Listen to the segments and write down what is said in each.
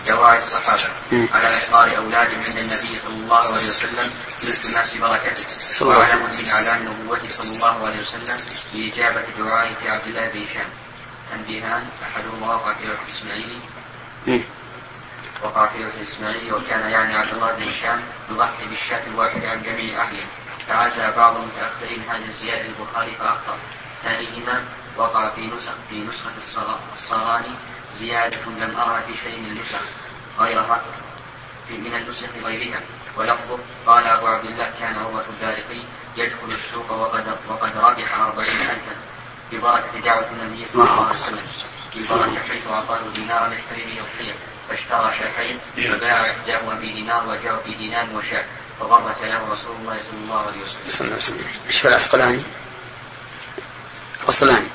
يراعي الصحابة على إقرار أولادهم عند النبي صلى الله عليه وسلم لالتماس بركته، وعلم من أعلام نبوته صلى الله عليه وسلم بإجابة دعائه في عبد الله بن هشام. تنبيهان: أحدهما وقع في الإسماعيلي وكان يعني عبد الله بن هشام يضحي بالشاة الواحدة عن جميع أهله، فعزى بعض المتأخرين هذه الزيادة البخاري فأخطأ. ثانيهما وقع في نسخة الصغاني زيادة لم أرها في شيء من النسخ غيرها من النسخ غيرها، ولفظه قال أبو عبد الله كان عروة الدارقي يدخل السوق وقد ربح 40,000 ببركة دعوة النبي صلى الله عليه وسلم، ببركة حيث أعطاه دينارا يشتري به الخير، فاشترى شاتين فباع إحداهما بدينار وجاء بدينار وشاة، فبارك له رسول الله صلى الله عليه وسلم. إيش العسقلاني؟ العسقلاني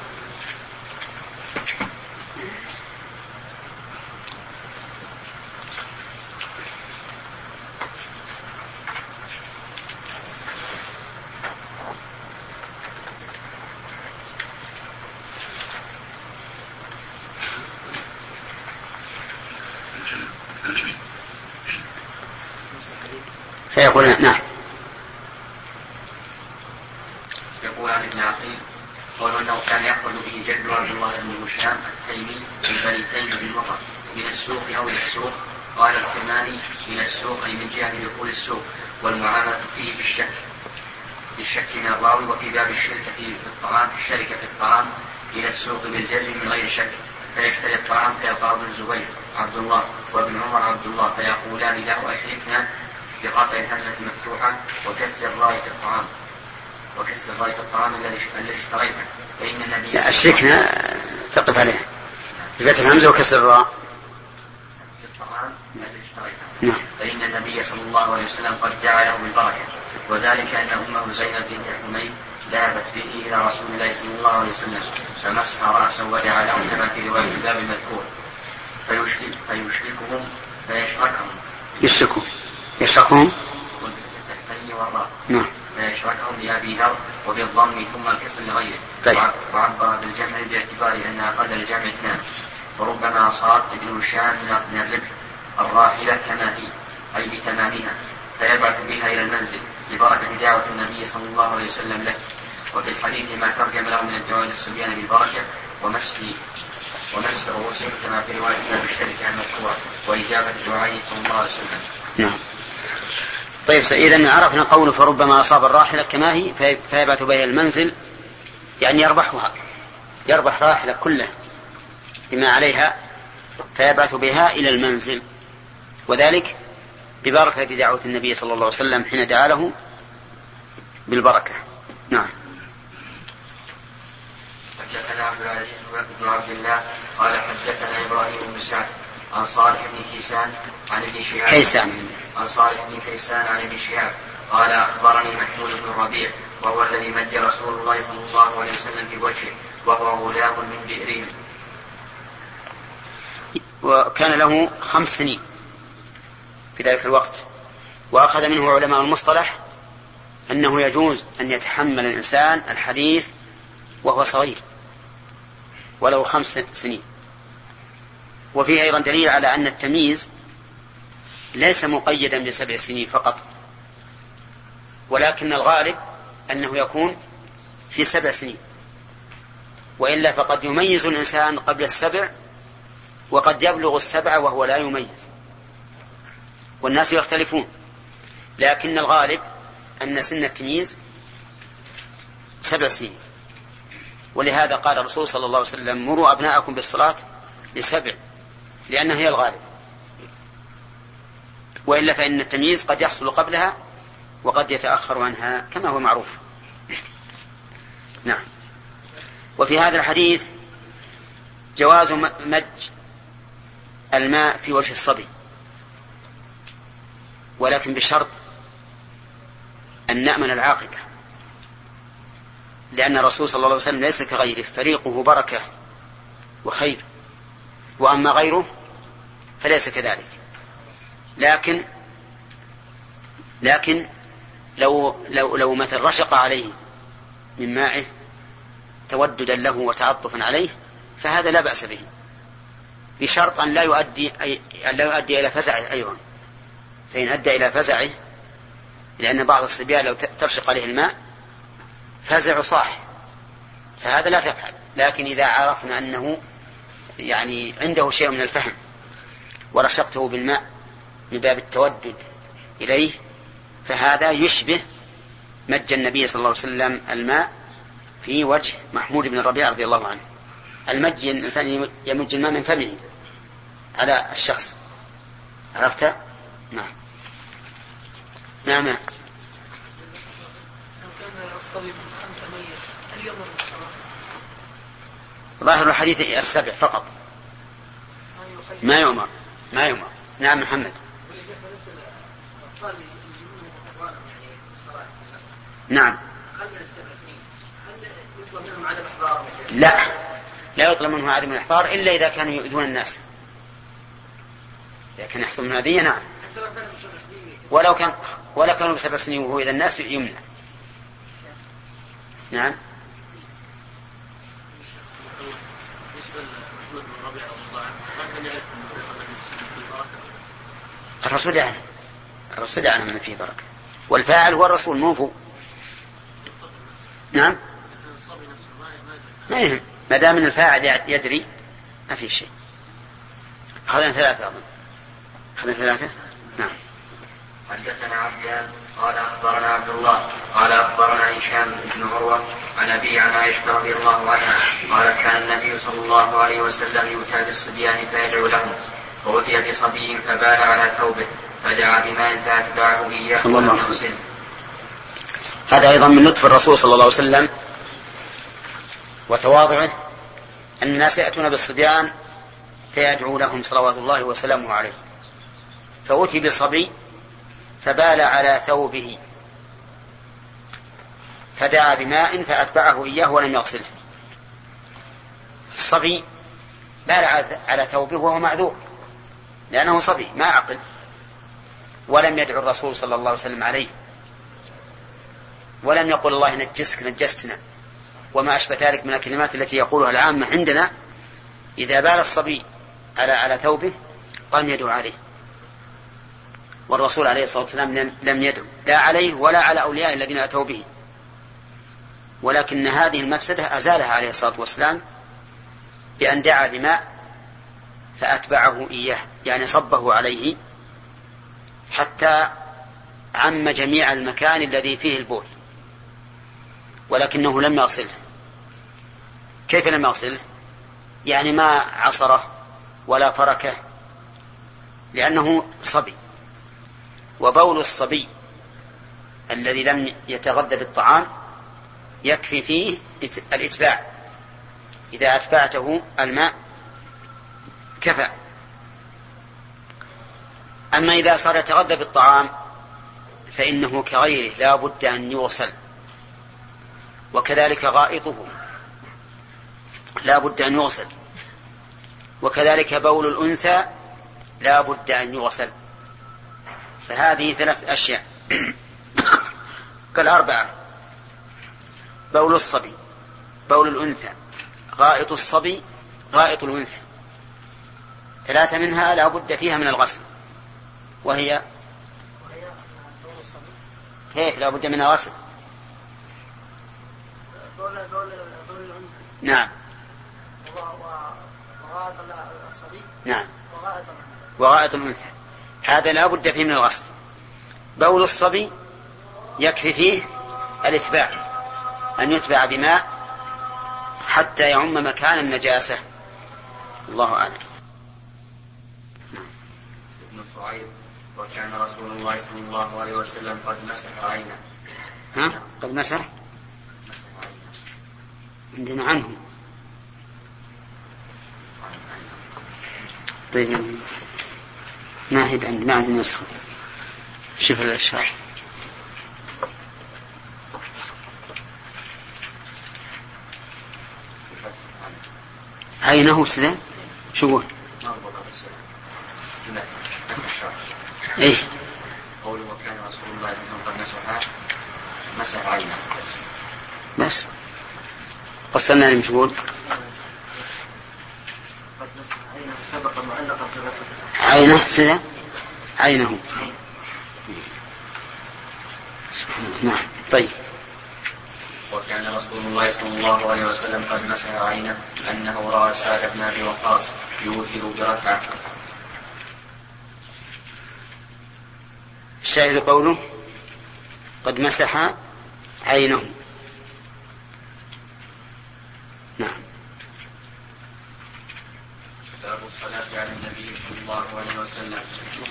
فيقول نعم. يقول عن ابن عقيل قالوا انه كان يأخذ به جد عبد الله بن هشام التيمي البريتين بالمطر من السوق او الى السوق. قال الكرماني من السوق اي من جهه دخول السوق، والمعامله فيه بالشك من الراوي. وفي باب الشركه في الطعام الى السوق بالجزم من غير شك، فيشتري الطعام فيلقى ابن الزبير عبد الله وابن عمر عبد الله فيقولان له اشركنا بقطع الهمزة مفتوحة وكسر راية الطعام الذي اشتريته، فإن النبي لا أشركنا تقف عليها بفتح الهمزة وكسر الراء الطعام الذي اشتريته، فإن النبي صلى الله عليه وسلم قد جعله بالبركة، وذلك أن أمه زينب بنت حميد ذهبت به إلى رسول الله صلى الله عليه وسلم فمسح رأسه ودعا له كما في رواية الباب المذكور، فيشركهم يشركهم فيشركهم بأبي ذر وبالضم ثم الكسر لغيره. طيب. وعبر بالجمع باعتبار أن أقل الجمع 2، وربما صار ابن هشام من الربح الراحلة كما هي أي بتمامها، فيبعث بها إلى المنزل ببركة دعوة النبي صلى الله عليه وسلم له. وفي الحديث ما ترجم له من الدعاء للصبيان بالبركة ومسح رؤوسهم كما في رواية باب الشركة المذكورة، وإجابة دعائه صلى الله عليه وسلم. نعم. طيب، إذن عرفنا قول فربما أصاب الراحلة كما هي فيبعث بها المنزل، يعني يربح راحلة كلها بما عليها فيبعث بها إلى المنزل، وذلك ببركة دعوة النبي صلى الله عليه وسلم حين دعا له بالبركة. نعم. حدثنا عبد العزيز بن عبد الله قال حدثنا إبراهيم بن سعد عن صالح بن كيسان عن ابن شهاب عن ابن شهاب قال أخبرني محمود بن الربيع وهو الذي مد رسول الله صلى الله عليه وسلم في وجهه وهو غلام من بئر، وكان له 5 سنين في ذلك الوقت. وأخذ منه علماء المصطلح أنه يجوز أن يتحمل الإنسان الحديث وهو صغير ولو 5 سنين. وفيه أيضا دليل على أن التمييز ليس مقيدا ب7 سنين فقط، ولكن الغالب أنه يكون في 7 سنين، وإلا فقد يميز الإنسان قبل 7 وقد يبلغ 7 وهو لا يميز، والناس يختلفون، لكن الغالب أن سن التمييز 7 سنين. ولهذا قال الرسول صلى الله عليه وسلم مروا أبناءكم بالصلاة ل7، لأنها هي الغالب، وإلا فإن التمييز قد يحصل قبلها وقد يتأخر عنها كما هو معروف. نعم. وفي هذا الحديث جواز مج الماء في وجه الصبي، ولكن بشرط أن نأمن العاقبة، لأن الرسول صلى الله عليه وسلم ليس كغيره، فريقه بركة وخير، وأما غيره فليس كذلك. لكن لو مثل رشق عليه من مائه توددا له وتعطفا عليه فهذا لا بأس به، بشرط أن لا يؤدي إلى فزعه أيضا. فإن أدى إلى فزعه، لأن بعض الصبيان لو ترشق عليه الماء فزع صاح، فهذا لا تفعل. لكن إذا عرفنا أنه يعني عنده شيء من الفهم ورشقته بالماء من باب التودد إليه، فهذا يشبه مج النبي صلى الله عليه وسلم الماء في وجه محمود بن الربيع رضي الله عنه. المج الإنسان يمج الماء من فمه على الشخص. عرفت؟ نعم. نعم. لو كان الصبي 5 ميت هل يؤمر بالصلاة؟ ظاهر الحديث 7 فقط، ما يؤمر. نعم محمد. نعم. لا يطلب منه عدم الإحضار إلا إذا كانوا يؤذون الناس. إذا كان يحصل من هذه نعم. ولو كانوا ب7 سنين وهو إذا الناس يمنع. نعم. الرسول يعلم أن فيه بركة، والفاعل هو الرسول موفو. نعم. ما يهم، ما دام من الفاعل يدري ما فيه شيء. أخذنا 3 أظن. أخذنا 3. نعم. حدثنا عبدان قال أخبرنا عبد الله قال أخبرنا هشام بن عروة عن أبي عن عائشة رضي الله عنها قالت كان النبي صلى الله عليه وسلم يؤتى بالصبيان فيدعو لهم، فأتي بصبي فبال على ثوبه فدعا بماء فأتبعه إياه ولم يغسله. هذا أيضا من لطف الرسول صلى الله عليه وسلم وتواضعه أن الناس يأتون بالصبيان فيدعو لهم صلوات الله وسلامه عليه. فأتي بصبي فبال على ثوبه فدعا بماء فأتبعه إياه ولم يغسله. الصبي بال على ثوبه وهو معذور لأنه صبي ما عقل، ولم يدعو الرسول صلى الله عليه وسلم عليه، ولم يقل الله نجسك نجستنا وما أشبه ذلك من الكلمات التي يقولها العامة عندنا. إذا بال الصبي على ثوبه قام يدعو عليه، والرسول عليه الصلاة والسلام لم يدعو لا عليه ولا على أولياء الذين أتوا به، ولكن هذه المفسدة أزالها عليه الصلاة والسلام بأن دعا بماء فأتبعه إياه، يعني صبه عليه حتى عم جميع المكان الذي فيه البول، ولكنه لم يغسله. كيف لم يغسله؟ يعني ما عصره ولا فركه، لأنه صبي، وبول الصبي الذي لم يتغذى بالطعام يكفي فيه الإتباع، إذا أتبعته الماء كفى. أما إذا صار يتغذى بالطعام فإنه كغيره لا بد أن يغسل، وكذلك غائطه لا بد أن يغسل، وكذلك بول الأنثى لا بد أن يغسل. فهذه 3 أشياء كالأربعة: بول الصبي، بول الأنثى، غائط الصبي، غائط الأنثى. 3 منها لا بد فيها من الغسل، وهي كيف لا بد من الغسل؟ نعم. نعم. وغائط الأنثى هذا لا بد فيه من الغسل. بول الصبي يكفي فيه الإتباع، أن يتبع بماء حتى يعم مكان النجاسة. الله أعلم. ابن صعيب: وكان رسول الله صلى الله عليه وسلم قد مسح عينه. قد مسح عندنا عنه. طيب ما هي عند ما عندنا نسخة. شوف الأشياء. عينه سلام شو قول؟ ايه قوله وكان رسول الله صلى الله عليه وسلم قد مسح عينه بس قصرنا مش قول؟ قد مسح عينه سبق معلقا في عينه سنة عينه. سبحان الله. نعم. طيب. وكان رسول الله صلى الله عليه وسلم قد مسح عينه أنه رأى سعد بن أبي وقاص يوتر بركعة. الشاهد قوله قد مسح عينه. نعم. باب الصلاة على النبي صلى الله عليه وسلم.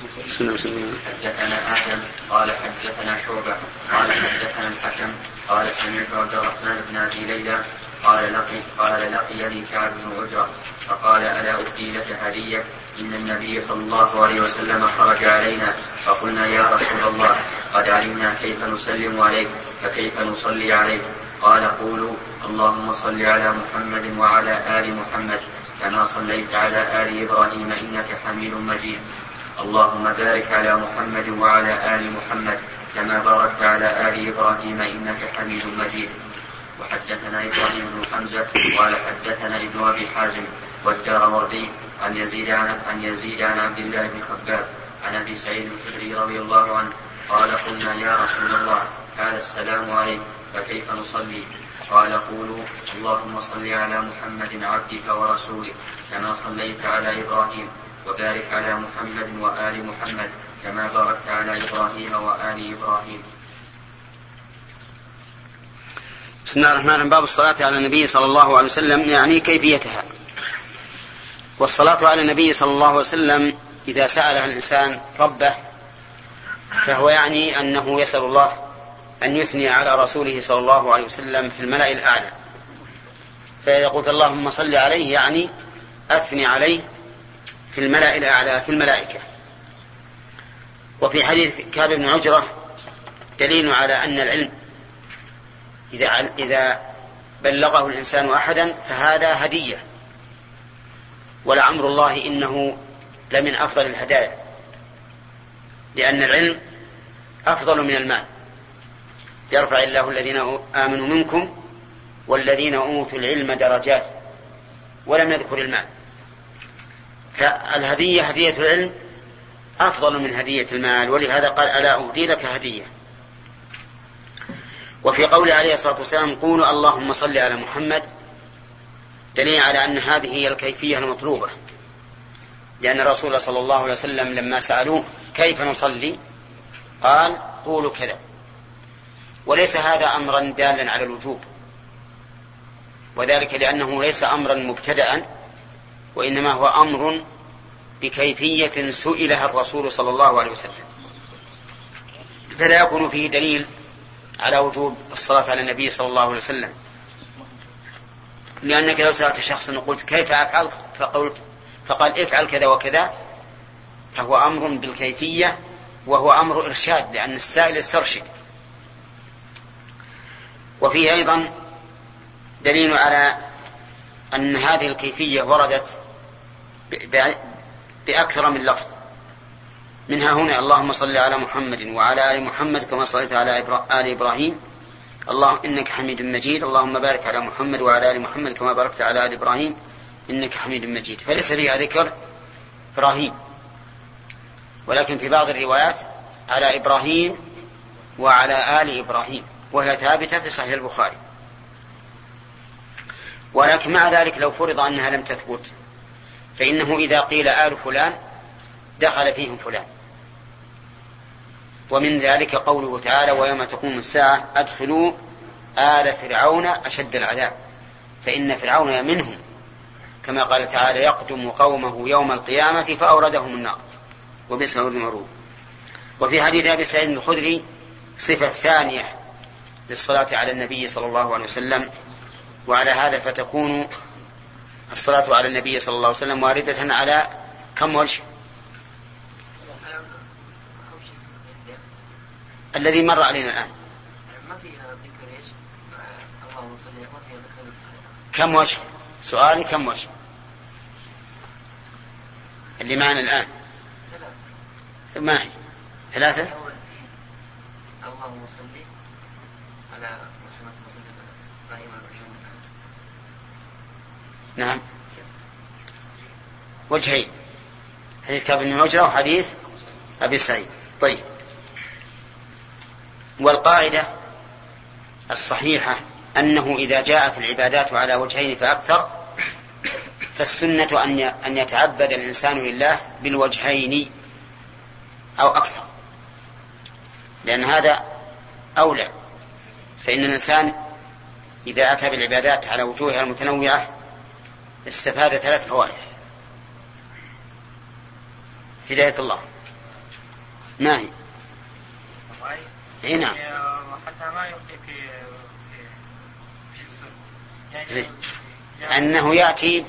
حدثنا آدم قال حدثنا شعبة قال حدثنا الحكم قال سمعت عبد الرحمن بن أبي ليلى قال لقيني كعب بن عجرة فقال ألا أهدي لك هدية إن النبي صلى الله عليه وسلم خرج علينا فقلنا يا رسول الله قد علمنا كيف نسلم عليك فكيف نصلي عليك قال قولوا اللهم صل على محمد وعلى آل محمد كما صليت على آل إبراهيم إنك حميد مجيد اللهم بارك على محمد وعلى آل محمد كما باركت على آل إبراهيم إنك حميد مجيد. وحدثنا إبراهيم بن حمزة قال حدثنا ابن أبي حازم والدارمردي عن يزيد عن عبد الله بن خباب عن أبي سعيد الخدري رضي الله عنه قال قلنا يا رسول الله قال السلام عليك فكيف نصلي قال قولوا اللهم صل على محمد عبدك ورسولك كما صليت على إبراهيم وبارك على محمد وآل محمد كما باركت على إبراهيم وآل إبراهيم. بسم الله الرحمن الرحيم. باب الصلاة على النبي صلى الله عليه وسلم يعني كيفيتها. والصلاة على النبي صلى الله عليه وسلم إذا سألها الإنسان ربه فهو يعني أنه يسأل الله أن يثني على رسوله صلى الله عليه وسلم في الملأ الأعلى. فإذا قلت اللهم صل عليه يعني أثني عليه في الملأ الأعلى في الملائكة. وفي حديث كعب بن عجرة دليل على أن العلم إذا بلغه الإنسان أحدا فهذا هدية، ولعمر الله إنه لمن أفضل الهدايا، لأن العلم أفضل من المال. يرفع الله الذين آمنوا منكم والذين أوتوا العلم درجات، ولم يذكر المال. فالهدية هدية العلم أفضل من هدية المال، ولهذا قال ألا أهدي لك هدية. وفي قوله عليه الصلاة والسلام قولوا اللهم صل على محمد دليل على أن هذه هي الكيفية المطلوبة، لأن الرسول صلى الله عليه وسلم لما سألوه كيف نصلي قال قولوا كذا. وليس هذا أمرا دالا على الوجوب، وذلك لأنه ليس أمرا مبتدأ، وإنما هو أمر بكيفية سئلها الرسول صلى الله عليه وسلم، فلا يكون فيه دليل على وجوب الصلاة على النبي صلى الله عليه وسلم. لأنك لو سألت شخصا وقلت كيف أفعل فقال افعل كذا وكذا فهو أمر بالكيفية، وهو أمر إرشاد، لأن السائل استرشد. وفيه أيضا دليل على أن هذه الكيفية وردت بأكثر من لفظ، منها هنا اللهم صل على محمد وعلى آل محمد كما صليت على آل إبراهيم اللهم إنك حميد مجيد اللهم بارك على محمد وعلى آل محمد كما باركت على آل إبراهيم إنك حميد مجيد. فليس فيها ذكر إبراهيم، ولكن في بعض الروايات على إبراهيم وعلى آل إبراهيم، وهي ثابتة في صحيح البخاري. ولكن مع ذلك لو فرض أنها لم تثبت فإنه إذا قيل آل فلان دخل فيهم فلان. ومن ذلك قوله تعالى ويوم تقوم الساعة أدخلوا آل فرعون أشد العذاب، فإن فرعون منهم، كما قال تعالى يقدم قومه يوم القيامة فأوردهم النار وبئس المورود. وفي حديث أبي سعيد الخدري صفة ثانية للصلاة على النبي صلى الله عليه وسلم، وعلى هذا فتكون الصلاة على النبي صلى الله عليه وسلم واردة على كم وجه؟ الذي مر علينا الآن ما فيها ذكر ايش؟ اللهم صل ما فيها ذكر. كم وجه؟ سؤالي كم وجه اللي معنا الآن؟ ما هي؟ ثلاثة. اللهم صل على محمد وصل على إبراهيم. نعم. وجهين، حديث كعب بن عجرة وحديث أبي سعيد. طيب، والقاعدة الصحيحة أنه إذا جاءت العبادات على وجهين فأكثر فالسنة أن يتعبد الإنسان لله بالوجهين أو أكثر، لأن هذا أولى. فإن الإنسان إذا أتى بالعبادات على وجوهها المتنوعة استفاد 3 فوائد. هداية الله ما هي؟ نعم، حتى ما يؤتي في أنه يأتي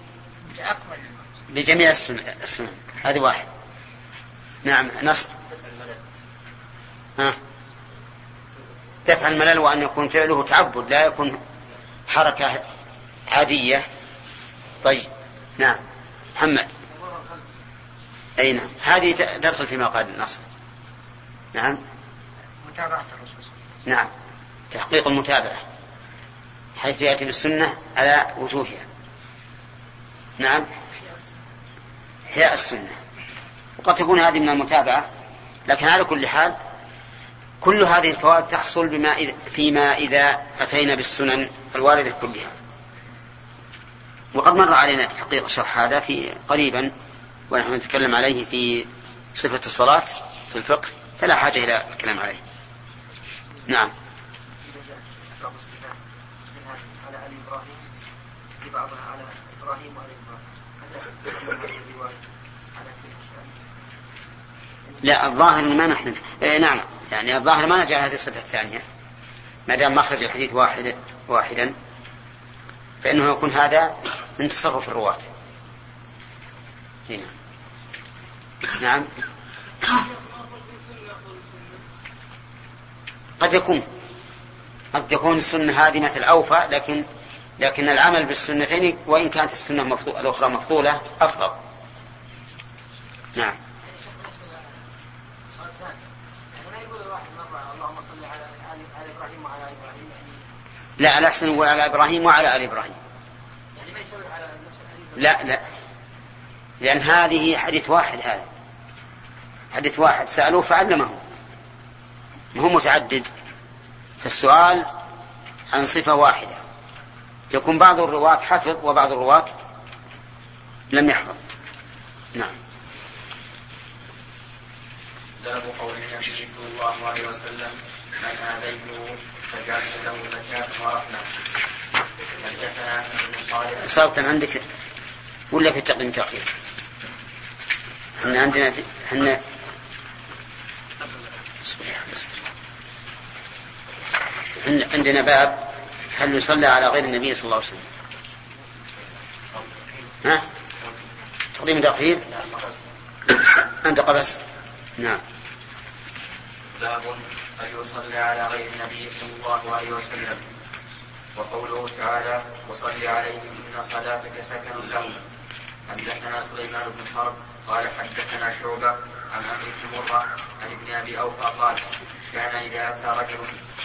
بجميع السنن. هذه واحد. نعم، نص دفع الملل، وأن يكون فعله تعبد لا يكون حركة عادية. طيب، نعم محمد. أي نعم، هذه تدخل فيما قال النص. نعم، متابعة الرسول. نعم، تحقيق المتابعة حيث يأتي بالسنة على وجوهها. نعم، إحياء السنة، وقد تكون هذه من المتابعة، لكن على كل حال كل هذه الفوائد تحصل فيما إذا أتينا بالسنن الواردة كلها. وقد مر علينا تحقيق شرح هذا في قريبا ونحن نتكلم عليه في صفة الصلاة في الفقه، فلا حاجة إلى الكلام عليه. نعم. على آل إبراهيم بعضها على إبراهيم وعلى إبراهيم. لا، الظاهر ما نحن نعم، يعني الظاهر ما نجعل هذه الصفة الثانية ما دام مخرج الحديث واحدا، فإنه يكون هذا من تصرف الرواة. هنا. نعم، قد يكون السنة هذه مثل أوفى، لكن العمل بالسنتين وإن كانت السنة الأخرى مفضولة أفضل. نعم. لا، الأحسن هو على إبراهيم وعلى آل إبراهيم. يعني ما يسوي على نفس الحديث؟ لا، لأن هذه حديث واحد، هذا حديث واحد سألوه فعلمه، ما هو متعدد. فالسؤال عن صفة واحدة، يكون بعض الرواة حفظ وبعض الرواة لم يحفظ. نعم. باب قول النبي صلى الله عليه وسلم: من آذيته فجعلت له زكاة ورحمة. حدثنا ابن صالح. صارت عندك ولا في التقديم تأخير؟ احنا عندنا باب هل يصلى على غير النبي صلى الله عليه وسلم؟ ها؟ تقديم تأخير؟ أنت قبس. نعم. باب هل يصلى على غير النبي صلى الله عليه وسلم. وقوله تعالى: وصل عليهم إن صلاتك سكن لهم. حدثنا سليمان بن حرب قال حدثنا شعبة عن عمرو بن مرة عن ابن أبي أوفى قال: كان إذا أتى رجل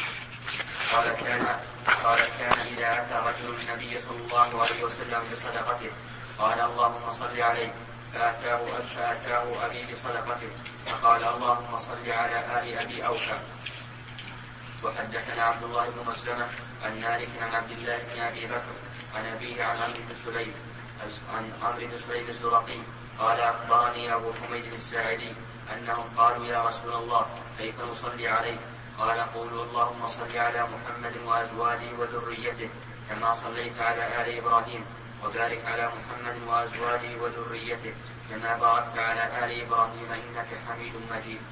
النبي صلى الله عليه وسلم بصدقته قال: اللهم صل عليه، فأتاه أبي بصدقته فقال: اللهم صل على آل أبي أوفى. وحدثنا عبد الله بن مسلمة عن مالك عن عبد الله بن أبي بكر عن أبيه عن عمرو بن سليم الزرقي قال: أخبرني أبو حميد الساعدي أنهم قالوا: يا رسول الله، كيف نصلي عليك؟ قال: قولوا: اللهم صل على محمد وأزواجه وذريته كما صليت على آل إبراهيم، وبارك على محمد وأزواجه وذريته كما باركت على آل إبراهيم إنك حميد مجيد.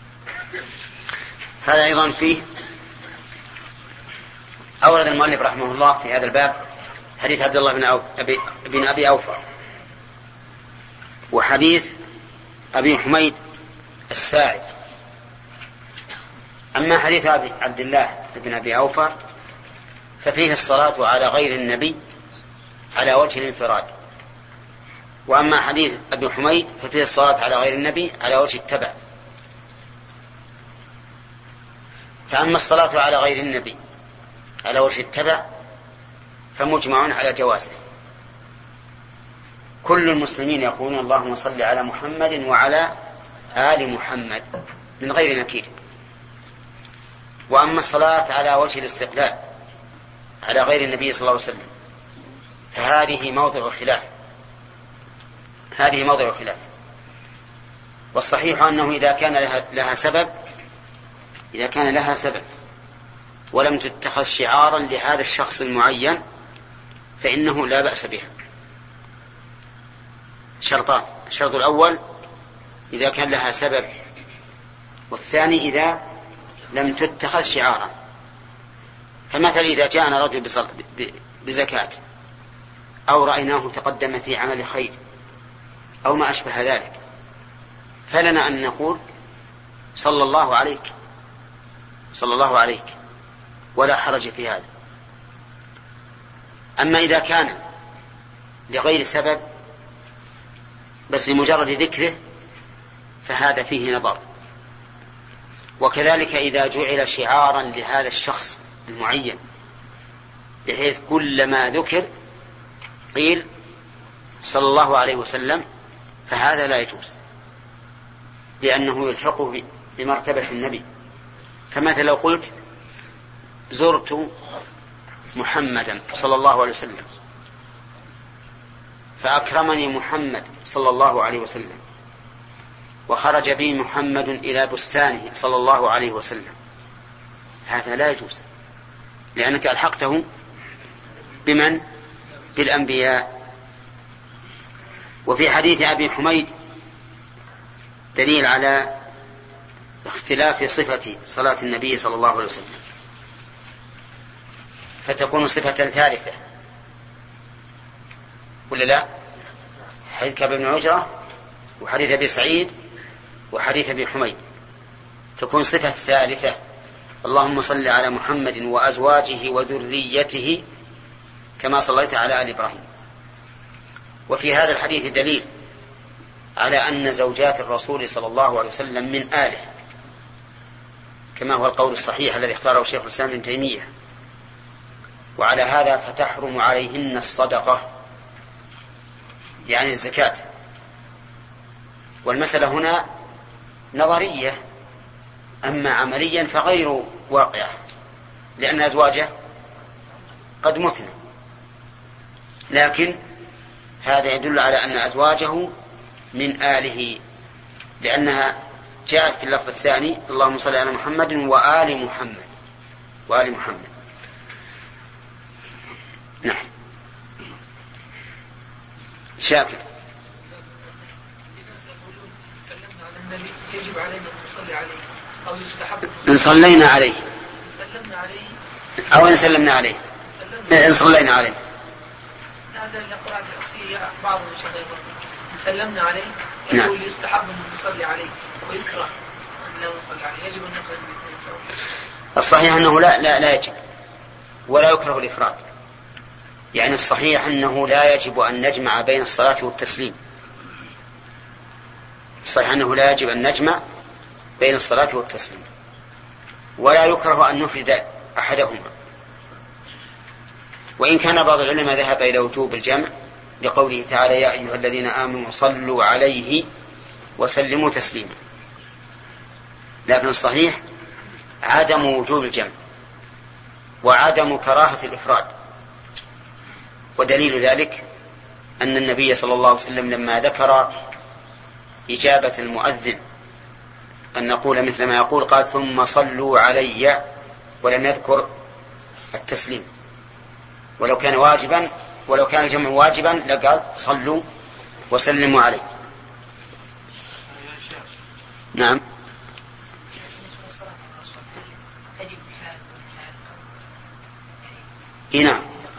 هذا أيضا فيه أورد المؤلف رحمه الله في هذا الباب حديث عبد الله بن أبي أوفى وحديث أبي حميد الساعد. أما حديث عبد الله بن أبي أوفى ففيه الصلاة على غير النبي على وجه الانفراد، وأما حديث أبي حميد ففيه الصلاة على غير النبي على وجه التبع. فأما الصلاة على غير النبي على وجه التبع فمجمع على جوازه، كل المسلمين يقولون اللهم صل على محمد وعلى آل محمد من غير نكير. وأما الصلاة على وجه الاستقلال على غير النبي صلى الله عليه وسلم فهذه موضع خلاف، هذه موضع خلاف. والصحيح أنه إذا كان لها سبب ولم تتخذ شعارا لهذا الشخص المعين فإنه لا بأس بها. شرطان: الشرط الأول إذا كان لها سبب، والثاني إذا لم تتخذ شعارا. فمثلا إذا جاءنا رجل بزكاة أو رأيناه تقدم في عمل خير أو ما أشبه ذلك فلنا أن نقول صلى الله عليك، صلى الله عليك، ولا حرج في هذا. أما إذا كان لغير سبب بس لمجرد ذكره فهذا فيه نظر. وكذلك إذا جعل شعارا لهذا الشخص المعين بحيث كلما ذكر قيل صلى الله عليه وسلم فهذا لا يجوز، لأنه يلحقه بمرتبة النبي. فمثلا لو قلت زرت محمدا صلى الله عليه وسلم فأكرمني محمد صلى الله عليه وسلم وخرج بي محمد إلى بستانه صلى الله عليه وسلم، هذا لا يجوز، لأنك ألحقته بمن؟ بالأنبياء. وفي حديث أبي حميد دليل على اختلاف صفة صلاة النبي صلى الله عليه وسلم، فتكون صفة ثالثة ولا لا؟ حديث كعب بن عجرة وحديث أبي سعيد وحديث أبي حميد تكون صفة ثالثة: اللهم صل على محمد وأزواجه وذريته كما صليت على آل إبراهيم. وفي هذا الحديث دليل على أن زوجات الرسول صلى الله عليه وسلم من آله، كما هو القول الصحيح الذي اختاره شيخ الإسلام ابن تيمية. وعلى هذا فتحرم عليهن الصدقة يعني الزكاة. والمسألة هنا نظرية، أما عمليا فغير واقعة، لأن أزواجه قد متن، لكن هذا يدل على أن أزواجه من آله، لأنها جاءت في اللفظ الثاني: اللهم صل على محمد وآل محمد، وآل محمد. نعم. شاكر. يجب علينا أن نصلي عليه أو يستحب إن صلينا عليه سلمنا عليه أو إن سلمنا عليه إن صلينا عليه. هذا اللي قرأ فيه بعض الشيخ إن سلمنا عليه يقول يستحب أن نصلي عليه ويكره أن لا نصلي عليه. يجب أن نقرأ الاثنين سوا. الصحيح أنه لا يجب ولا يكره الإفراد. يعني الصحيح أنه لا يجب أن نجمع بين الصلاة والتسليم. الصحيح أنه لا يجب أن نجمع بين الصلاة والتسليم، ولا يكره أن نفرد أحدهما. وإن كان بعض العلماء ذهب إلى وجوب الجمع لقوله تعالى: يا أيها الذين آمنوا صلوا عليه وسلموا تسليما. لكن الصحيح عدم وجوب الجمع وعدم كراهة الإفراد. ودليل ذلك أن النبي صلى الله عليه وسلم لما ذكر إجابة المؤذن أن نقول مثل ما يقول قال: ثم صلوا علي، ولم يذكر التسليم. ولو كان الجمع واجبا لقال: صلوا وسلموا علي. نعم. نعم.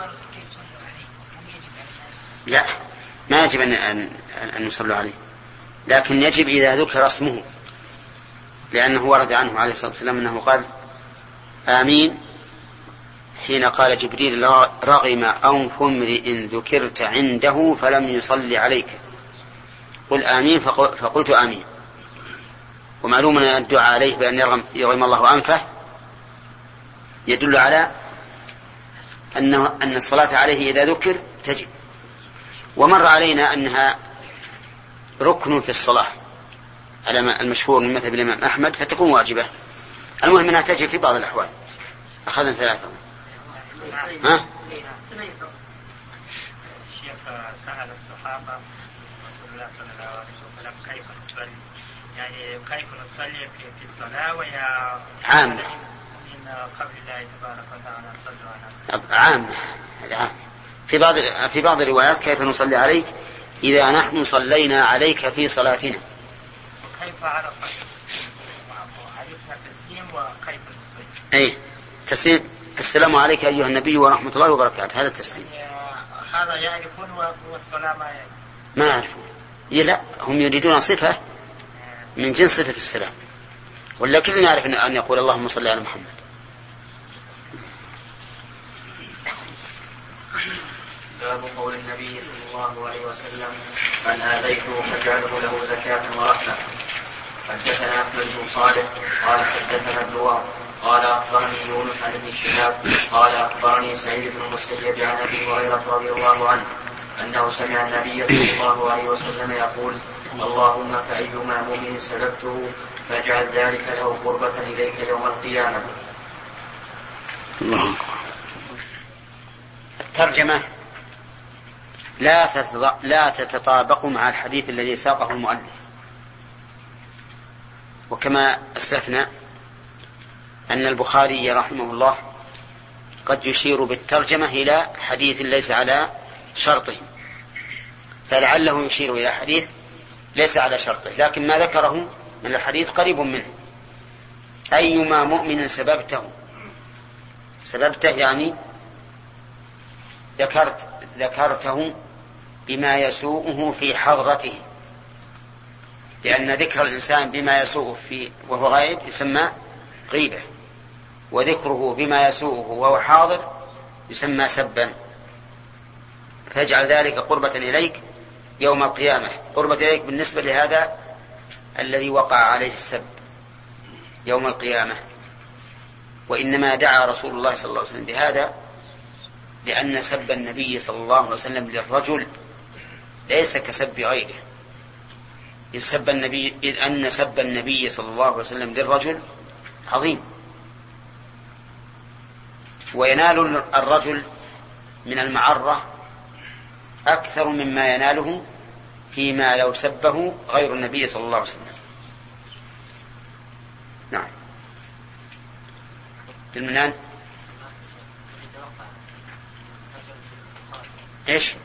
لا، ما يجب أن نصلوا عليه، لكن يجب إذا ذكر اسمه، لأنه ورد عنه عليه الصلاة والسلام أنه قال: آمين حين قال جبريل: رغم أنف امرئ ذكرت عنده فلم يصلي عليك، قل آمين. فقلت آمين. ومعلوم أن الدعاء عليه بأن يرغم الله أنفه يدل على أن الصلاة عليه إذا ذكر تجب. ومر علينا أنها ركن في الصلاة على المشهور من مذهب الإمام أحمد، فتكون واجبة. المهم أنها تجب في بعض الأحوال. أخذنا 3. ها؟ الشيخ سأل الصحابة رسول الله صلى الله عليه وسلم كيف نصلي، يعني كيف نصلي في الصلاة وهي عامة من قول الله تبارك وتعالى صلوا على عامة. في بعض الروايات كيف نصلي عليك إذا نحن صلينا عليك في صلاتنا. كيف عرفت التسليم وكيف نصلي؟ أي تسليم السلام عليك أيها النبي ورحمة الله وبركاته، هذا التسليم. هذا يعرفون والسلام ما يعرفون. لا، هم يريدون صفة من جنس صفة السلام، ولكن يعرف أن يقول اللهم صل على محمد. باب قول النبي صلى الله عليه وسلم من آذيته فاجعله له زكاة ورحمة. حدثنا أحمد بن صالح قال حدثنا ابن وهب قال أخبرني يونس عن ابن شهاب قال أخبرني سعيد بن المسيب عن أبي هريرة رضي الله عنه أنه سمع النبي صلى الله عليه وسلم يقول اللهم فأيما مؤمن سببته فاجعل ذلك له قربة إليك يوم القيامة. الله أكبر. الترجمة لا تتطابق مع الحديث الذي ساقه المؤلف، وكما أسلفنا أن البخاري رحمه الله قد يشير بالترجمة إلى حديث ليس على شرطه، فلعله يشير إلى حديث ليس على شرطه، لكن ما ذكره من الحديث قريب منه. أيما مؤمن سببته يعني ذكرته بما يسوءه في حضرته، لأن ذكر الإنسان بما يسوءه وهو غائب يسمى غيبة، وذكره بما يسوءه وهو حاضر يسمى سبا. فاجعل ذلك قربة إليك يوم القيامة. قربة إليك بالنسبة لهذا الذي وقع عليه السب يوم القيامة. وإنما دعا رسول الله صلى الله عليه وسلم بهذا لأن سب النبي صلى الله عليه وسلم للرجل ليس كسب غيره، إذ أن سب النبي صلى الله عليه وسلم للرجل عظيم، وينال الرجل من المعرة أكثر مما يناله فيما لو سبه غير النبي صلى الله عليه وسلم. نعم. المنان إيش؟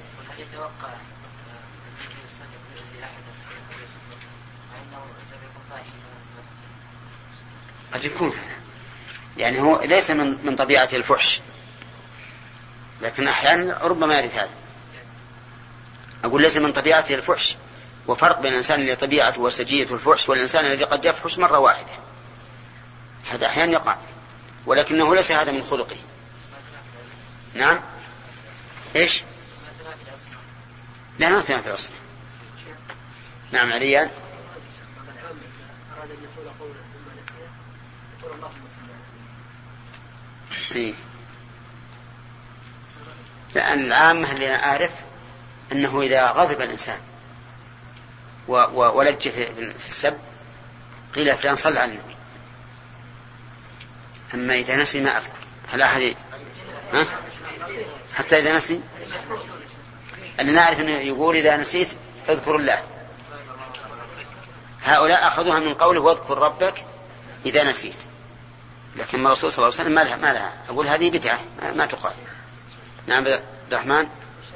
قد يكون يعني هو ليس من طبيعة الفحش، لكن أحيانا ربما يرد هذا. أقول ليس من طبيعته الفحش، وفرق بين الإنسان الذي طبيعته وسجية الفحش والإنسان الذي قد يفحش مرة واحدة، هذا أحيانا يقع، ولكنه ليس هذا من خلقه. نعم. إيش؟ لا، ما تنافي في الأصل. نعم. عليا إيه؟ لأن العامة اللي أعرف أنه إذا غضب الإنسان ولج في السب قيل فلان صلى على النبي، أما إذا نسي ما أذكر. هل أحد حتى إذا نسي أن نعرف أنه يقول إذا نسيت فاذكر الله. هؤلاء أخذوها من قوله واذكر ربك إذا نسيت، لكن الرسول صلى الله عليه وسلم ما لها. أقول هذه بدعة ما تقال. نعم. عبد الرحمن.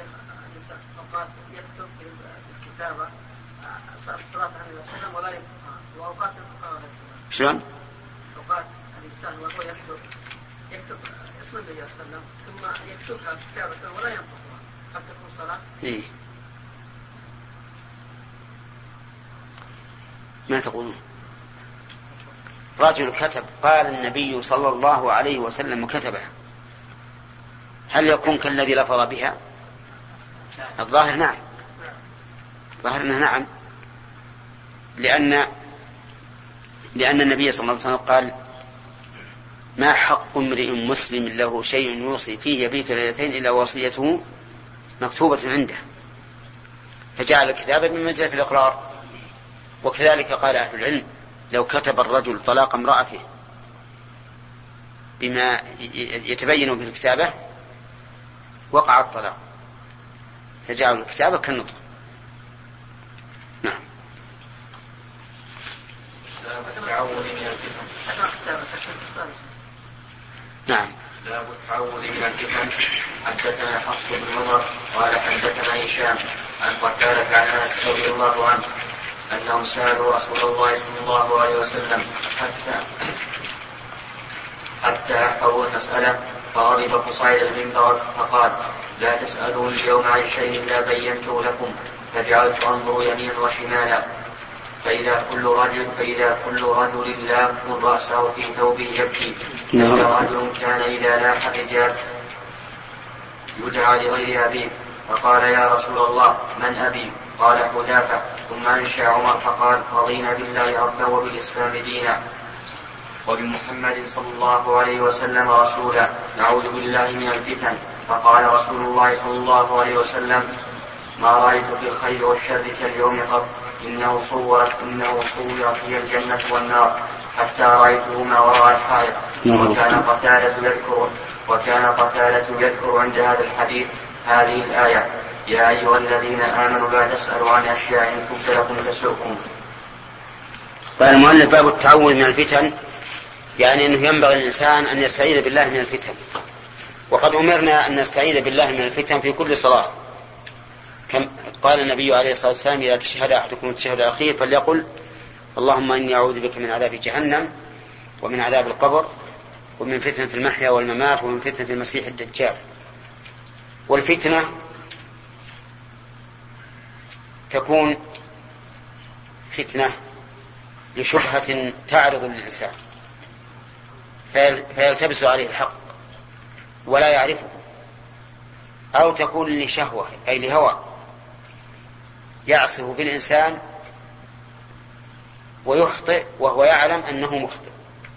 يكتب الكتابة صلاة عليه وسلم ولا وأوقات الفقهاء. شلون؟ أوقات الإنسان وهو يكتب اسم النبي صلى الله عليه وسلم ثم يكتبها كتابة ولا ينطقها قد تكون صلاة. إيه. ما تقولون؟ رجل كتب قال النبي صلى الله عليه وسلم كتبها، هل يكون كالذي لفظ بها؟ الظاهر نعم، الظاهر أنه نعم، لأن النبي صلى الله عليه وسلم قال ما حق امرئ مسلم له شيء يوصي فيه يبيت ليلتين إلا وصيته مكتوبة عنده. فجعل الكتابة من منزلة الإقرار. وكذلك قال أهل العلم لو كتب الرجل طلاق امرأته بما يتبين في الكتابة وقع الطلاق، فجعلوا الكتابة كالنطق. نعم. نعم. باب التعوذ من الفتن. حدثنا حفص بن عمر قال حدثنا هشام عن قتادة عن انس رضي الله عنه انهم سالوا رسول الله صلى الله عليه وسلم حتى احفظوا المسألة فغضب فصعد المنبر فقال لا تسألون اليوم عن شيء لا بينته لكم. فجعلت انظر يمينا وشمالا فإذا كل رجل لاف رأسه في ثوبه يبكي إلا رجل كان إذا لاح الرجال يدعى لغير أبيه. فقال يا رسول الله من أبي؟ قال حذافة. ثم أنشأ عمر فقال رضينا بالله ربا وبالإسلام دينا وبمحمد صلى الله عليه وسلم رسولا نعوذ بالله من الفتن. فقال رسول الله صلى الله عليه وسلم ما رأيت في الخير والشر كاليوم قط إنه صورت في الجنة والنار حتى رأيتهما وراء الحائط. وكان قتادة يذكر عند هذا الحديث هذه الآية يا أيها الذين آمنوا لا تسألوا عن أشياء إن تبد لكم تسؤكم. قال المؤلف باب التعوذ من الفتن، يعني أنه ينبغي للإنسان أن يستعيذ بالله من الفتن. وقد أمرنا أن نستعيذ بالله من الفتن في كل صلاة، كم قال النبي عليه الصلاة والسلام إذا تشهد أحدكم التشهد الأخير فليقل اللهم إني أعوذ بك من عذاب جهنم ومن عذاب القبر ومن فتنة المحيا والممات ومن فتنة المسيح الدجال. والفتنة تكون فتنة لشبهة تعرض للإنسان فيلتبس عليه الحق ولا يعرفه، أو تكون لشهوة أي لهوى يعصف بالإنسان ويخطئ وهو يعلم أنه مخطئ.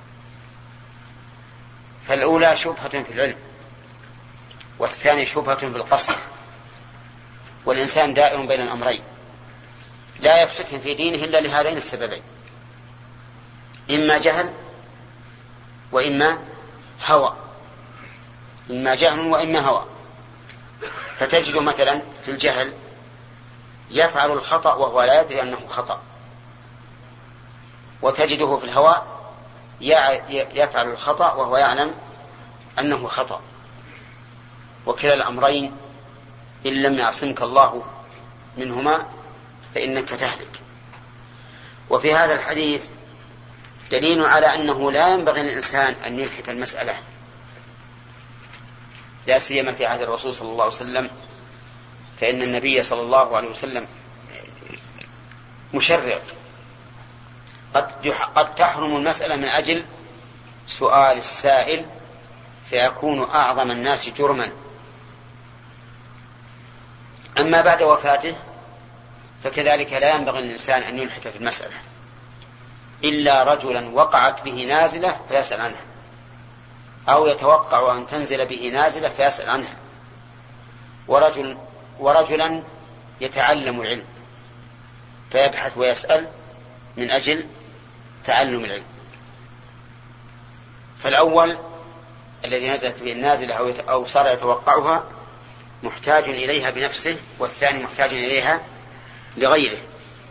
فالأولى شبهة في العلم والثاني شبهة في القصد، والإنسان دائر بين الأمرين لا يفتتن في دينه إلا لهذين السببين، إما جهل وإما هوى، إما جهل وإما هوى. فتجد مثلا في الجهل يفعل الخطأ وهو لا يدري أنه خطأ، وتجده في الهوى يفعل الخطأ وهو يعلم أنه خطأ. وكلا الأمرين إن لم يعصمك الله منهما فإنك تهلك. وفي هذا الحديث دليل على أنه لا ينبغي للإنسان أن يلحف المسألة، لا سيما في عهد الرسول صلى الله عليه وسلم، فإن النبي صلى الله عليه وسلم مشرع. قد تحرم المسألة من أجل سؤال السائل فيكون أعظم الناس جرما. أما بعد وفاته فكذلك لا ينبغي للإنسان أن يلحف في المسألة إلا رجلا وقعت به نازلة فيسأل عنها، أو يتوقع أن تنزل به نازلة فيسأل عنها، ورجلا يتعلم العلم فيبحث ويسأل من أجل تعلم العلم. فالأول الذي نزلت به النازلة أو صار يتوقعها محتاج إليها بنفسه، والثاني محتاج إليها لغيره.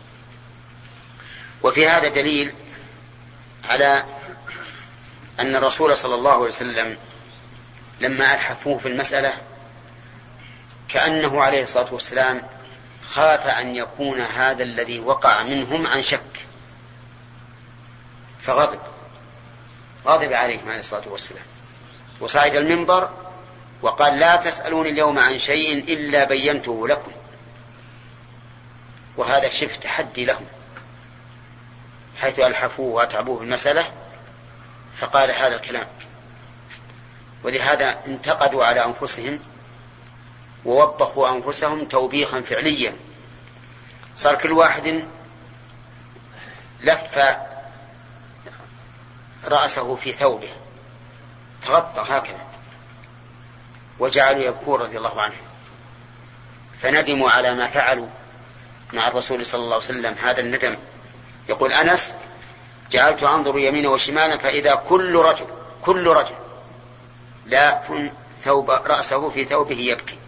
وفي هذا دليل على أن الرسول صلى الله عليه وسلم لما ألحفوه في المسألة كأنه عليه الصلاة والسلام خاف أن يكون هذا الذي وقع منهم عن شك، فغضب عليهم عليه الصلاة والسلام وصعد المنبر وقال لا تسألون اليوم عن شيء إلا بينته لكم. وهذا شبه تحدي لهم حيث ألحفوه وأتعبوه المسألة فقال هذا الكلام. ولهذا انتقدوا على أنفسهم ووبخوا أنفسهم توبيخا فعليا. صار كل واحد لف رأسه في ثوبه تغطى هكذا، وجعلوا يبكون رضي الله عنه، فندموا على ما فعلوا مع الرسول صلى الله عليه وسلم هذا الندم. يقول أنس: جعلت أنظر يمينا وشمالا فإذا كل رجل لاف رأسه في ثوبه يبكي.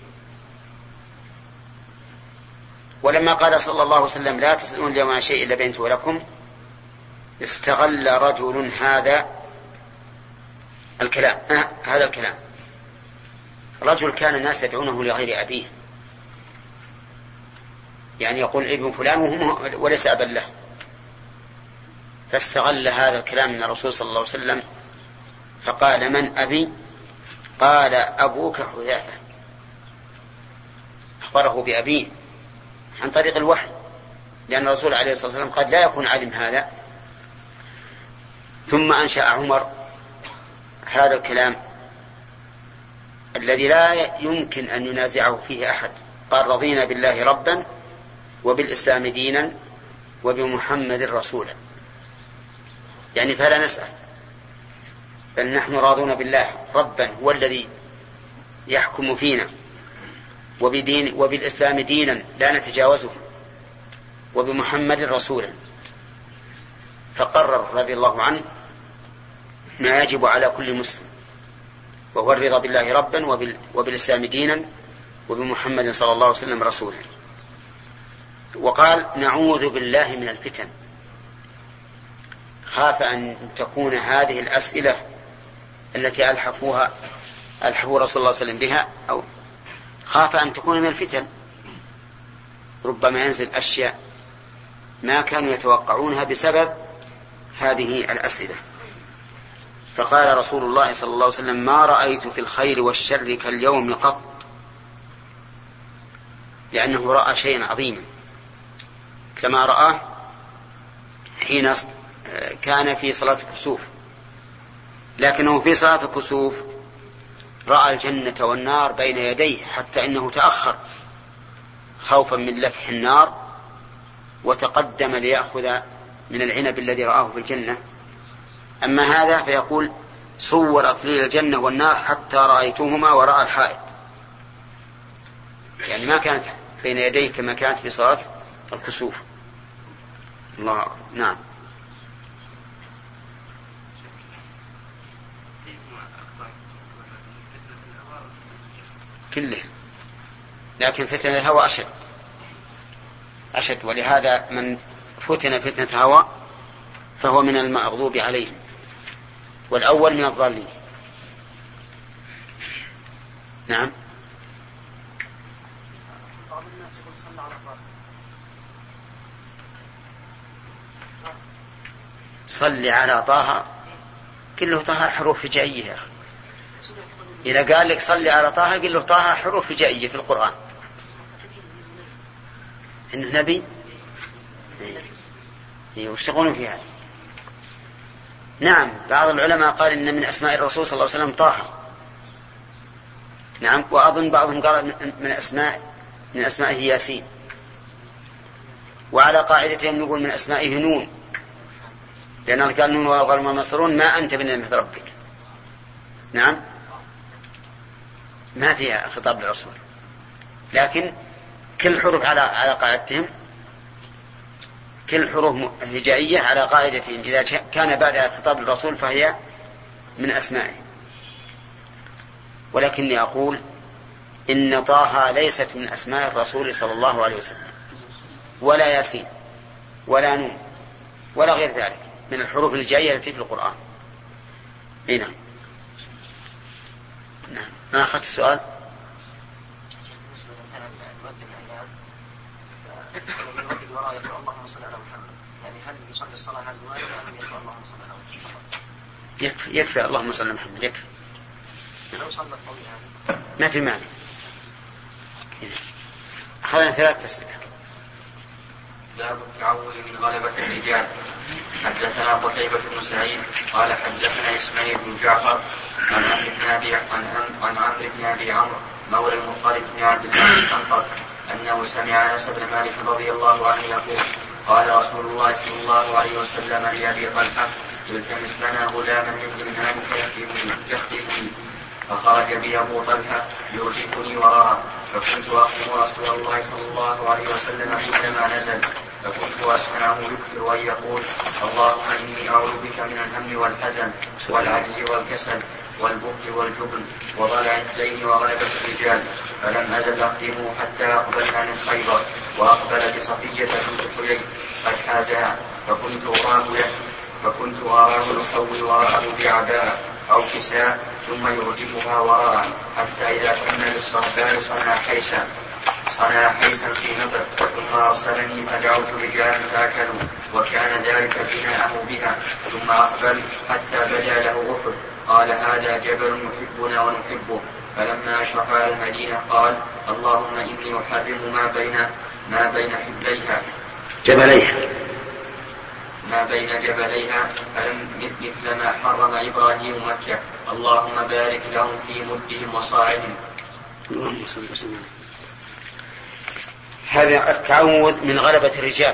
ولما قال صلى الله عليه وسلم: لا تسألون اليوم عن شيء إلا بينته لكم، استغل رجل هذا الكلام. رجل كان الناس يدعونه لغير أبيه، يعني يقول ابن فلان وليس أبا له، فاستغل هذا الكلام من الرسول صلى الله عليه وسلم فقال: من أبي؟ قال: أبوك حذافة. أخبره بأبيه عن طريق الوحي، لأن الرسول عليه الصلاة والسلام قد لا يكون علم هذا. ثم أنشأ عمر هذا الكلام الذي لا يمكن أن ينازعه فيه أحد. قال: رضينا بالله ربا وبالإسلام دينا وبمحمد رسولا. يعني فلا نسأل، بل نحن راضون بالله ربا، هو الذي يحكم فينا، وبالإسلام دينا لا نتجاوزه، وبمحمد رسولا. فقرر رضي الله عنه ما يجب على كل مسلم، وهو الرضا بالله ربا وبالإسلام دينا وبمحمد صلى الله عليه وسلم رسولا. وقال: نعوذ بالله من الفتن. خاف أن تكون هذه الأسئلة التي ألحقوا رسول الله صلى الله عليه وسلم بها، أو خاف أن تكون من الفتن، ربما ينزل أشياء ما كانوا يتوقعونها بسبب هذه الأسئلة. فقال رسول الله صلى الله عليه وسلم: ما رأيت في الخير والشر كاليوم قط، لأنه رأى شيئا عظيما كما رآه حين كان في صلاة الكسوف، لكنه في صلاة الكسوف رأى الجنة والنار بين يديه، حتى إنه تأخر خوفا من لفح النار وتقدم ليأخذ من العنب الذي رآه في الجنة. أما هذا فيقول: صورت لي الجنة والنار حتى رأيتهما وراء الحائط، يعني ما كانت بين يديه كما كانت في صلاة الكسوف. الله أكبر. نعم. كله، لكن فتنة الهوى أشد، ولهذا من فتن فتنة هوى فهو من المغضوب عليهم، والأول من الضالين. نعم. صل على طه، كله طه حروف هجائية. إذا قال لك صل على طه قل له طه حروف هجائية في القرآن. إنه نبي يشتغلون في هذا. نعم، بعض العلماء قال إن من أسماء الرسول صلى الله عليه وسلم طه. نعم، وأظن بعضهم قال من أسمائه ياسين، وعلى قاعدتهم نقول من أسمائه نون، لأنه قال: نون والقلم وما يسطرون ما أنت بنعمة ربك. نعم، ما فيها خطاب للرسول، لكن كل حروف على قاعدتهم، كل حروف هجائية على قاعدتهم، إذا كان بعدها خطاب للرسول فهي من أسمائه. ولكني أقول إن طه ليست من أسماء الرسول صلى الله عليه وسلم، ولا ياسين ولا نون ولا غير ذلك من الحروف الهجائية التي في القرآن. نعم. نعم، ما أخذت السؤال. يكفي اللهم صل على محمد، يكفي. ما في معنى. أخذنا 3 أسئلة. باب التعوذ من غلبة الرجال. حدثنا قتيبة بن سعيد قال حدثنا إسماعيل بن جعفر عن عمرو بن أبي عمرو مولى المطلب بن عبد الله الأنصاري أنه سمع أنس بن مالك رضي الله عنه يقول: قال رسول الله صلى الله عليه وسلم لأبي طلحة: التمس لنا غلاما من غلمانك يخدمني. فخرج بي أبو طلحة يرجفني وراءه، فكنت أخبر رسول الله صلى الله عليه وسلم حينما نزل، فكنت أسمعه يكثر وأن يقول: اللهم إني أعوذ بك من الهم والحزن والعجز والكسل والبخل والجبن وضلع الدين وغلبة الرجال. فلم أزل أخدمه حتى أقبلنا من خيبر، وأقبل بصفية بنت حيي قد حازها، فكنت أراه يحول وراءه بعباء أو كساء ثم يردفها وراءه، حتى إذا كنا للصهبان صنع حيسا في نطق، ثم أرسلني فدعوت رجالا فأكلوا، وكان ذلك بناءه بها. ثم أقبل حتى بدا له أحد، قال: هذا جبل يحبنا ونحبه. فلما أشرف على المدينة قال: اللهم إني أحرم ما بين حبليها ما بين جبليها، فلم مثل ما حرم إبراهيم مكة. اللهم بارك لهم في مدهم وصاعهم. اللهم صل وسلم. هذا التعوذ من غلبة الرجال،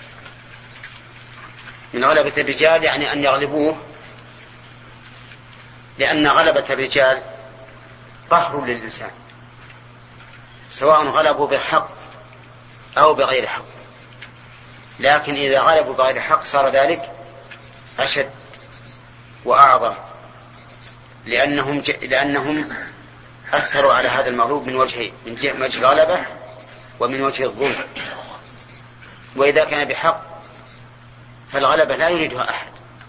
من غلبة الرجال يعني أن يغلبوه، لأن غلبة الرجال قهر للإنسان، سواء غلبوا بحق أو بغير حق. لكن إذا غلبوا بغير حق صار ذلك أشد وأعظم، لأنهم أثروا على هذا المغلوب من وجهين: من وجه الغلبة ومن وجه الظلم. وإذا كان بحق فالغلبة لا يريدها أحد،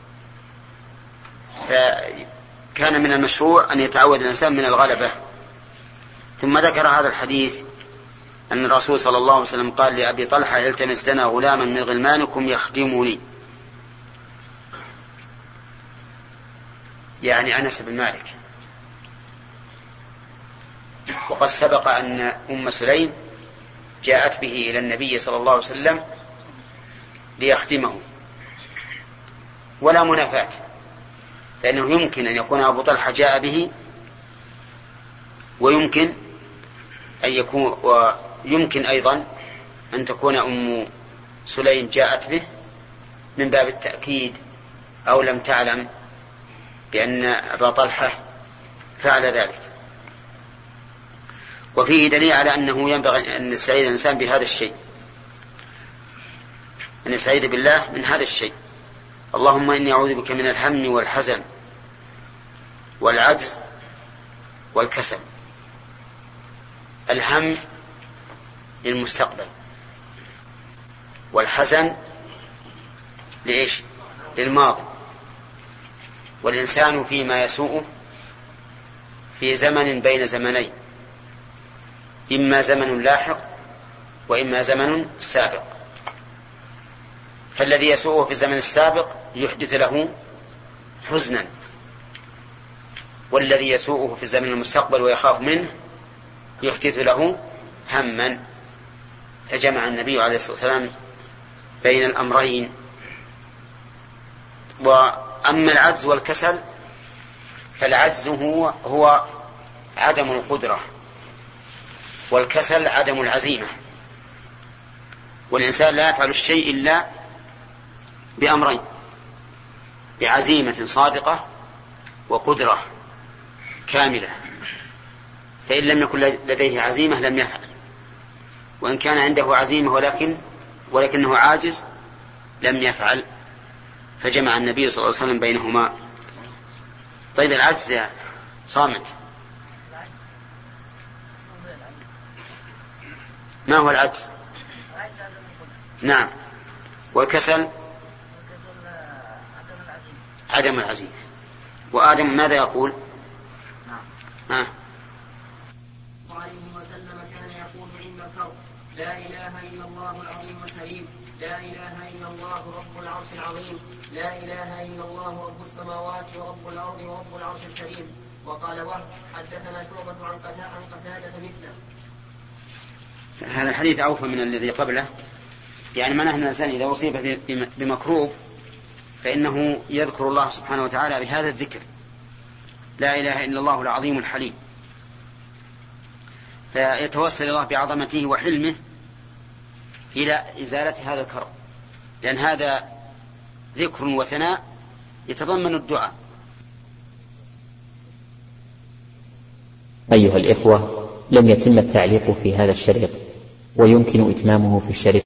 فكان من المشروع أن يتعود الإنسان من الغلبة. ثم ذكر هذا الحديث أن الرسول صلى الله عليه وسلم قال لأبي طلحة: التمس لنا غلاما من غلمانكم يخدمني، يعني أنس بن مالك. وقد سبق أن أم سليم جاءت به إلى النبي صلى الله عليه وسلم ليخدمه، ولا منافاة، لأنه يمكن أن يكون أبو طلحة جاء به، ويمكن أيضا أن تكون أم سليم جاءت به من باب التأكيد، أو لم تعلم بأن أبا طلحة فعل ذلك. وفيه دليل على أنه ينبغي أن يستعيذ الإنسان بهذا الشيء، أن يستعيذ بالله من هذا الشيء: اللهم إني أعوذ بك من الهم والحزن والعجز والكسل. الهم للمستقبل، والحزن لإيش؟ للماضي. والإنسان فيما يسوءه في زمن بين زمنين، إما زمن لاحق وإما زمن سابق. فالذي يسوءه في الزمن السابق يحدث له حزنا، والذي يسوءه في الزمن المستقبل ويخاف منه يحدث له هما. فجمع النبي عليه الصلاة والسلام بين الأمرين. وأما العجز والكسل فالعجز هو عدم القدرة، والكسل عدم العزيمة. والإنسان لا يفعل الشيء إلا بأمرين: بعزيمة صادقة وقدرة كاملة. فإن لم يكن لديه عزيمة لم يفعل، وإن كان عنده عزيمة ولكنه عاجز لم يفعل. فجمع النبي صلى الله عليه وسلم بينهما. طيب العجز يا صامت، ما هو العجز؟ نعم. والكسل عدم العزيمة. وآدم ماذا يقول؟ عليه وسلم كان يقول عند الكرب: لا إله إلا الله العظيم الكريم، لا إله إلا الله رب العرش العظيم، لا إله إلا الله رب السماوات ورب الأرض ورب العرش الكريم. وقال وهب: حدثنا شعبة عن قتادة مثله. هذا الحديث أوفى من الذي قبله، يعني معناه أن الإنسان إذا أصيب بمكروه فإنه يذكر الله سبحانه وتعالى بهذا الذكر: لا إله إلا الله العظيم الحليم، فيتوسل الله بعظمته وحلمه إلى إزالة هذا الكرب، لأن هذا ذكر وثناء يتضمن الدعاء. أيها الإخوة، لم يتم التعليق في هذا الشريط، ويمكن إتمامه في الشريط